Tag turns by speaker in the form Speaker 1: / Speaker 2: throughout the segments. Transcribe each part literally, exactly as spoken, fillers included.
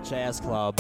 Speaker 1: Jazz Club。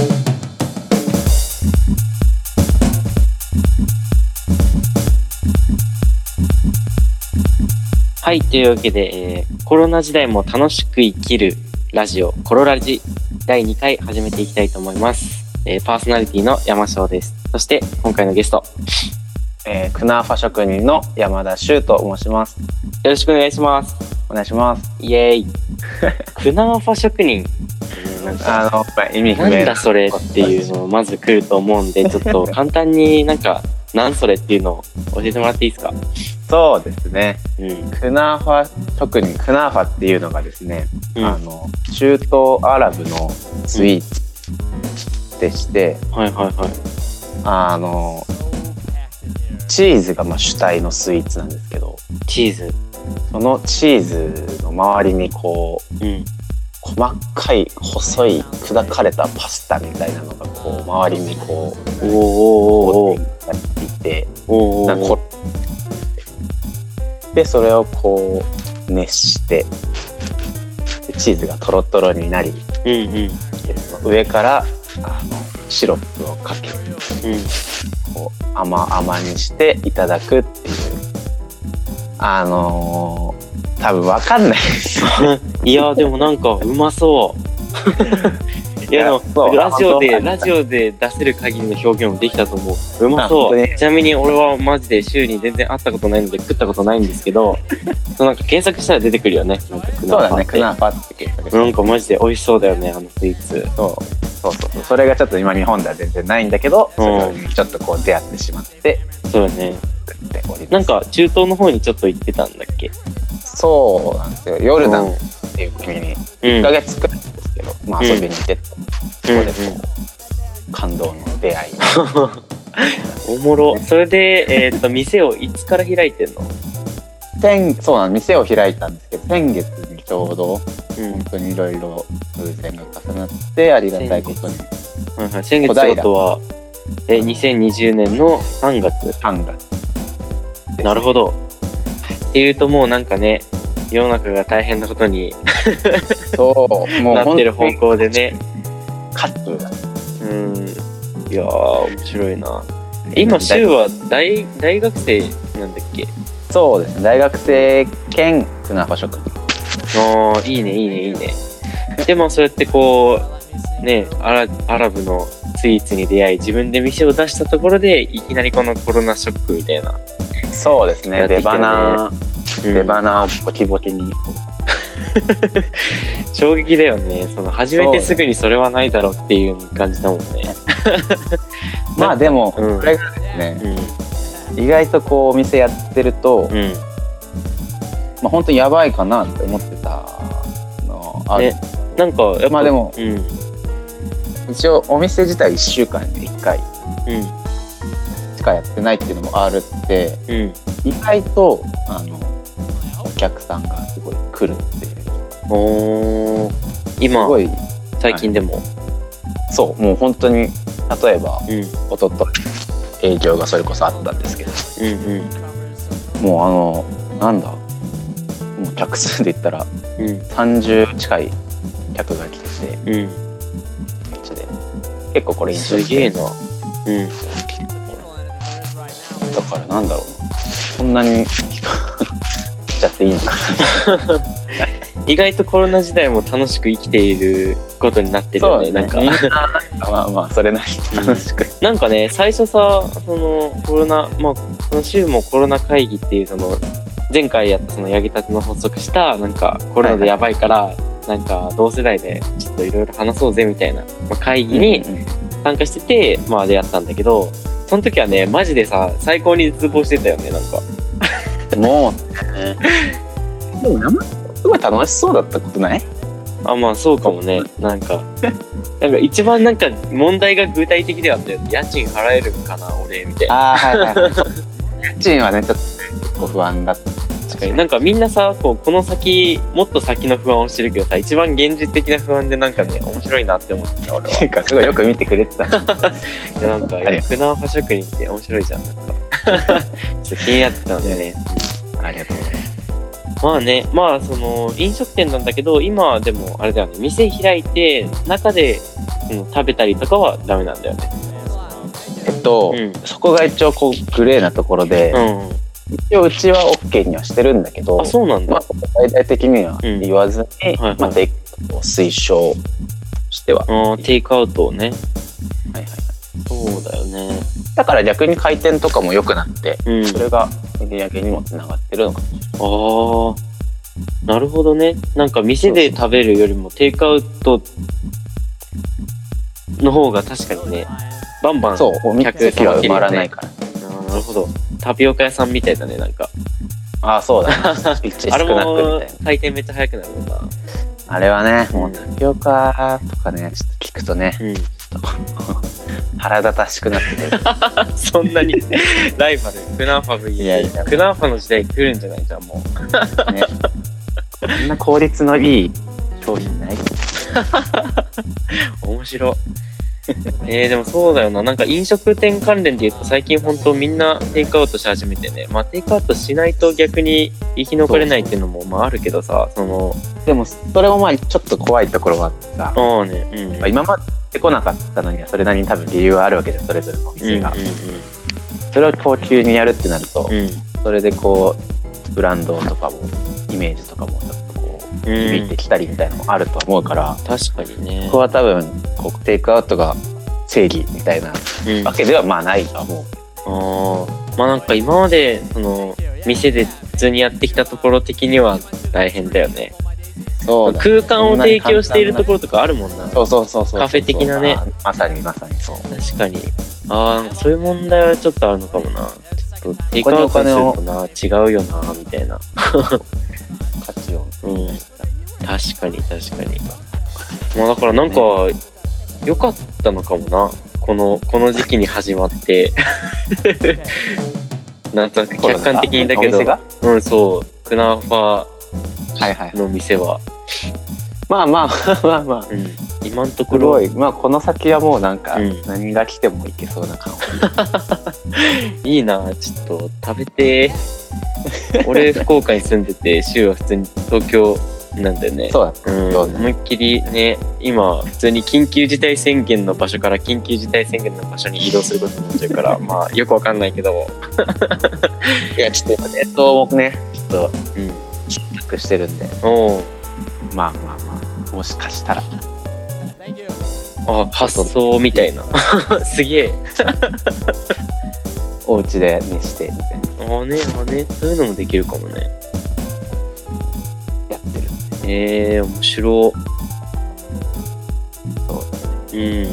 Speaker 2: はい、というわけで、えー、コロナ時代も楽しく生きるラジオコロラジだいにかい始めていきたいと思います。えー、パーソナリティの山翔です。そして今回のゲスト、
Speaker 3: えー、クナーファ職人の山田修と申します。
Speaker 2: よろしくお願いします。
Speaker 3: お願いします。
Speaker 2: イエーイ。クナーファ職人、
Speaker 3: なんかあの意味不明
Speaker 2: なんだそれっていうのをまず来ると思うんで、ちょっと簡単になんかなんそれっていうのを教えてもらっていいですか？
Speaker 3: そうですね、
Speaker 2: うん、
Speaker 3: クナーファ職人、クナーファっていうのがですね、うん、あの中東アラブのスイーツでして、
Speaker 2: うん、はいはいはい、
Speaker 3: あのチーズがまあ主体のスイーツなんですけど、
Speaker 2: チーズ、
Speaker 3: そのチーズの周りにこう、うん、細かい細い砕かれたパスタみたいなのがこう周りにこうおおやっていて、おなんかこでそれをこう熱してチーズがトロトロになり、うんうん、上からあのシロップをかけ、うん、こう甘々にしていただくっていう、あのー、多分わかんないです
Speaker 2: いやでもなんかうまそういやでもラジオでラジオで出せる限りの表現もできたと思う。うまそう。ちなみに俺はマジで週に全然会ったことないので食ったことないんですけどそうなんか検索したら出てくるよね。なんかクナーファって、そうだね、クナーファって検索してなんかマジで美味しそうだよね、あのスイーツ。
Speaker 3: そうそうそうそう、それがちょっと今日本では全然ないんだけど、それにちょっとこう出会ってしまって、
Speaker 2: そうだね。なんか中東の方にちょっと行ってたんだっけ？
Speaker 3: そうなんですよ。ヨルダンっていう国にいっかげつくらいですけど、うん、まあ遊びに行って、うん、そこでこう、うん、感動の出会い
Speaker 2: おもろ。それで、えー、っと店をいつから開いてんの？
Speaker 3: 先そうなの、店を開いたんですけど、先月にちょうど、うん、本当にいろいろ偶然が重なってありがたいことに、
Speaker 2: はいはい、先月ってことはえにせんにじゅうねんのさんがつ。
Speaker 3: さんがつ、
Speaker 2: ね、なるほど。っていうともうなんかね、世の中が大変なことに
Speaker 3: そうもう
Speaker 2: なってる方向でね。
Speaker 3: カップが、
Speaker 2: うん、いやー面白いな。今柊は 大, 大学生なんだっけ？
Speaker 3: そうですね、大学生兼クナーファ職人。
Speaker 2: ああ、いいねいいねいいね。でもそうやってこうね、ア ラ, アラブのスイーツに出会い、自分で店を出したところでいきなりこのコロナショックみたいな。
Speaker 3: そうですね、出花、うん、出花をボキボキに
Speaker 2: 衝撃だよね。その始めてすぐにそれはないだろうっていう感じだもんね
Speaker 3: まあでもこれがですね、うん、意外とこうお店やってると、うん、まあ本当にやばいかなって思ってたのある、ね、
Speaker 2: なんかやっぱ
Speaker 3: まあでも、うん、一応お店自体いっしゅうかんにいっかい、うんしかやってないっていうのもあるって、うん、意外とあのお客さんがすごい来るっていう。
Speaker 2: お今すごい最近でも、はい、
Speaker 3: そうもう本当に例えば、うん、おととい営業がそれこそあったんですけど、うんうん、もうあのなんだもう客数で言ったら、うん、さんじゅう近い客が来てて、うん、結構これ
Speaker 2: すげえな、うん
Speaker 3: だからなんだろうな、そんなにしちゃっていいのかな
Speaker 2: 意外とコロナ時代も楽しく生きていることになってるよね。なんか
Speaker 3: まあまあそれなりに楽しく、
Speaker 2: うん、なんかね最初さ、そのコロナまあこの週もコロナ会議っていうその前回やったその八木たての発足したなんかコロナでやばいから、はいはい、なんか同世代でちょっといろいろ話そうぜみたいな、まあ、会議に参加してて、まあ出会ったんだけど、その時はねマジでさ最高に絶望してたよね。なんか
Speaker 3: もうねでも生すごい楽しそうだったことない？
Speaker 2: あ、まあそうかもね。なんかなんか一番なんか問題が具体的ではあったよね。家賃払えるかな俺みたいな。
Speaker 3: あはいはい、はい、家賃はねちょっとご不安だった。
Speaker 2: 確かになんかみんなさこうこの先もっと先の不安をしてるけどさ、一番現実的な不安でなんかね面白いなって思ってた俺は。
Speaker 3: ていうかすごいよく見てくれてた。いや
Speaker 2: なんかクナーファ職人って面白いじゃん。なんかちょっと気になってたんだよね。
Speaker 3: ありがとうございます。
Speaker 2: まあね、まあその飲食店なんだけど、今はでもあれだよね、店開いて中で、うん、食べたりとかはダメなんだよね。
Speaker 3: えっと、うん、そこが一応こうグレーなところで、うん、一応うちは OK にはしてるんだけど、
Speaker 2: あ、そうなんだ。
Speaker 3: まあ、大々的には言わずに、うん、はいはい、まあ、テイクアウトを推奨しては。
Speaker 2: あ、テイクアウトをね。
Speaker 3: はいはい。
Speaker 2: そうだよね。
Speaker 3: だから逆に回転とかも良くなって、うん、それが売り上げにもつながってるのかもしれない。
Speaker 2: ああ、なるほどね。なんか店で食べるよりもテイクアウトの方が確かにね、バンバン
Speaker 3: そう、客は埋まらないから。
Speaker 2: あ、なるほど。タピオカ屋さんみたいだね、なんか。
Speaker 3: ああ、そうだね。
Speaker 2: あれも回転めっちゃ速くなるもんな。
Speaker 3: あれはね、もうタピオカとかね、ちょっと聞くとね、うん、ちょっと腹立たしくなってくる。
Speaker 2: そんなにライバル、クナーファ ブイエス クナーファの時代来るんじゃないじゃん、もう。ね、
Speaker 3: こんな効率のいい商品ない。
Speaker 2: 面白い。えー、でもそうだよな。なんか飲食店関連で言うと最近本当みんなテイクアウトし始めてね。まあテイクアウトしないと逆に生き残れないっていうのもまああるけどさ、その
Speaker 3: でもそれもまあちょっと怖いところがあってさ、
Speaker 2: ああね、うん、
Speaker 3: 今まで来なかったのにはそれなりに多分理由はあるわけで、それぞれのお店が、うんうんうん、それをこう急にやるってなると、うん、それでこうブランドとかもイメージとかもちょっとこう響いてきたりみたいなのもあると思うから、
Speaker 2: うん、確かにね。
Speaker 3: ここは多分こうテイクアウトが正義みたいなわけではまあないと思う、
Speaker 2: うん、ああ、まあなんか今までその店で普通にやってきたところ的には大変だよね。そうだ、空間を提供しているところとかあるもんな。
Speaker 3: そうそうそうそう、
Speaker 2: カフェ的なね。
Speaker 3: まさにまさにそう。
Speaker 2: 確かに。ああ、そういう問題はちょっとあるのかもな。ちょっとテイクアウトするとな、違うよなみたいな。
Speaker 3: 価値を。
Speaker 2: うん。確かに確かに。まあだからなんか良かったのかもな。このこの時期に始まって。なんとなく客観的にだけど、うん、そう、クナーファの店は。
Speaker 3: まあまあまあまあ、うん、
Speaker 2: 今のところ、
Speaker 3: まあこの先はもうなんか何が来てもいけそうな感
Speaker 2: じ。いいな、ちょっと食べて。俺福岡に住んでて、週は普通に東京なんだよね。
Speaker 3: そうだ、
Speaker 2: うん、思いっきりね、今普通に緊急事態宣言の場所から緊急事態宣言の場所に移動することになっちゃうから、まあよくわかんないけど。
Speaker 3: いやちょっとネットもね、ちょっとうんチェックしてるんで。おまあまあまあ、もしかしたら。
Speaker 2: あ、発想みたいな。すげえ。
Speaker 3: お家で熱してみたいな。
Speaker 2: ああね、あね、そういうのもできるかもね。
Speaker 3: やってる。
Speaker 2: ええー、面白。
Speaker 3: そう。うん。い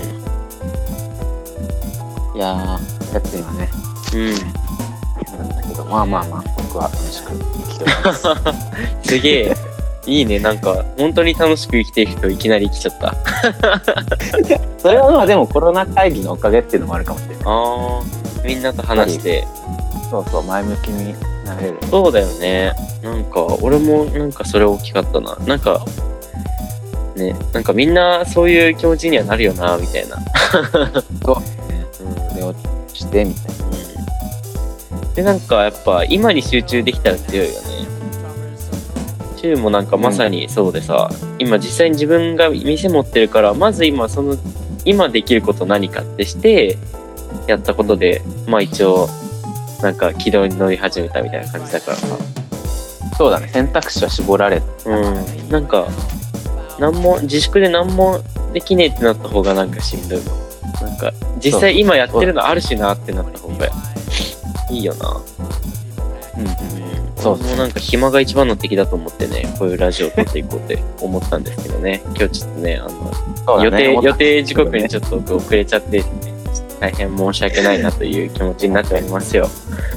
Speaker 3: やー、やつにはね。うん。なんだけど、まあまあまあ、僕は楽しく生きております。
Speaker 2: すげえ。いいね、なんか本当に楽しく生きてる人いきなり来ちゃった。
Speaker 3: それはまあでもコロナ会議のおかげっていうのもあるかもしれない。
Speaker 2: ああ、みんなと話して。
Speaker 3: そうそう、前向きになれる。
Speaker 2: そうだよね。なんか俺もなんかそれ大きかったな。なんかね、なんかみんなそういう気持ちにはなるよなみたいな。
Speaker 3: そうね。うん、で落ちてみたいな。
Speaker 2: うん、でなんかやっぱ今に集中できたら強いよね。シュウもなんかまさにそうでさ、うん、今実際に自分が店持ってるからまず今その今できること何かってしてやったことでまあ一応なんか軌道に乗り始めたみたいな感じだからさ。
Speaker 3: そうだね、選択肢は絞られた、
Speaker 2: うん、なんか何も自粛で何もできねえってなった方がなんかしんどいもん。なんか実際今やってるのあるしなってなった方がいいよな。うんうん、そうもうなんか暇が一番の敵だと思ってね、こういうラジオを撮っていこうって思ったんですけどね。今日ちょっとね、あの、ね、予定予定時刻にちょっと遅れちゃって、大変申し訳ないなという気持ちになっておりますよ。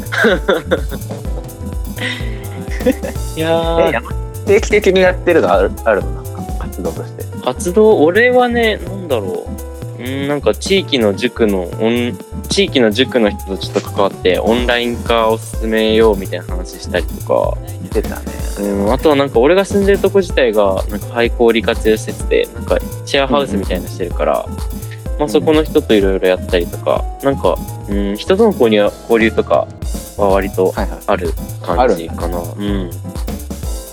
Speaker 2: いやー、
Speaker 3: 定期的にやってるのあるあるのなんか活動として。
Speaker 2: 活動、俺はね、なんだろう、うんなんか地域の塾のオン地域の塾の人とちょっと関わってオンライン化を進めようみたいな話したりとか
Speaker 3: してたね。
Speaker 2: うん、あとはなんか俺が住んでるとこ自体がなんか廃校利活用施設でなんかシェアハウスみたいなしてるから、うん、まあそこの人といろいろやったりとか、うん、なんか、うん、人との交流交流とかは割とある感じかな。うん。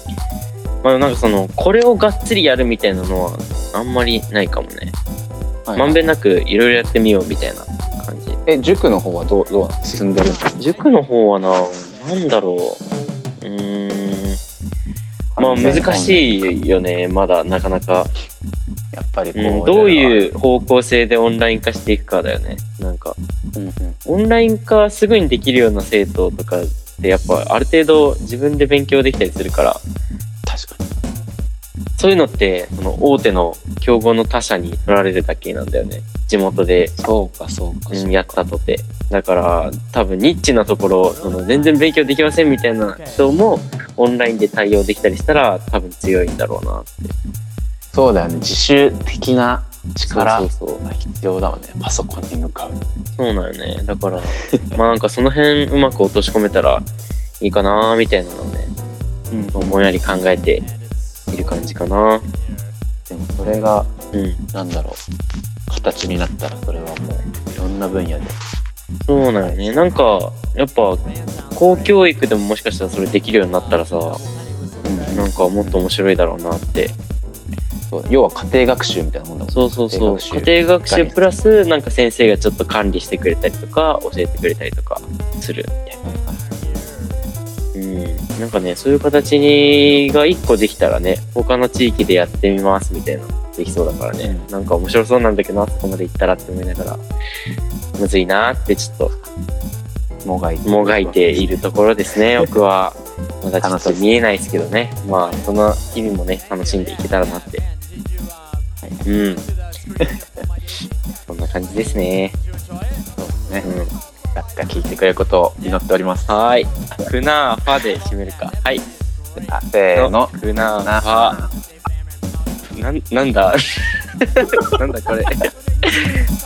Speaker 2: まあなんかそのこれをがっつりやるみたいなのはあんまりないかもね。
Speaker 3: はい、
Speaker 2: まんべんなくいろいろやってみようみたいな感じ。
Speaker 3: え、塾の方はどう、どう進んでるの？
Speaker 2: 塾の方はな、なんだろう。うーん。まあ難しいよね、まだなかなか。
Speaker 3: やっぱりこう、
Speaker 2: うん、どういう方向性でオンライン化していくかだよね。なんか、
Speaker 3: うんうん、
Speaker 2: オンライン化すぐにできるような生徒とかってやっぱある程度自分で勉強できたりするから。
Speaker 3: 確かに。
Speaker 2: そういうのってその大手の競合の他社に取られるだけなんだよね。地元で。
Speaker 3: そうかそうかそうか、
Speaker 2: うん、やったとて。だから多分ニッチなところ、その全然勉強できませんみたいな人もオンラインで対応できたりしたら多分強いんだろうなって。
Speaker 3: そうだよね。自主的な力が
Speaker 2: そうそうそう
Speaker 3: 必要だわね。パソコンに向かう。
Speaker 2: そうなんよね。だからまあなんかその辺うまく落とし込めたらいいかなみたいなのをね、うん、ぼんやり考えている感じかな。
Speaker 3: でもそれが、
Speaker 2: うん、
Speaker 3: なんだろう、形になったらそれはもういろんな分野で。
Speaker 2: そうなんよね。なんかやっぱ公教育でももしかしたらそれできるようになったらさ、うん、なんかもっと面白いだろうなって。
Speaker 3: そう要は家庭学習みたいなもんだもん。
Speaker 2: そうそうそう。家庭学習プラスなんか先生がちょっと管理してくれたりとか教えてくれたりとかするみたいな。うん、なんかね、そういう形にがいっこできたらね、他の地域でやってみますみたいなできそうだからね、うん、なんか面白そうなんだけどな、そこまで行ったらって思いながらむずいなってちょっともがいてもがいているところですね。僕はまだちょっと見えないですけどね、まあその日々もね楽しんでいけたらなって、はい、うんそんな感じですね。
Speaker 3: そうですね、うん、が聞いてくれることを祈っております。
Speaker 2: はい。クナーファで締めるか。はい。
Speaker 3: せーの。
Speaker 2: クナーファ。なん、なんだなんだこれ。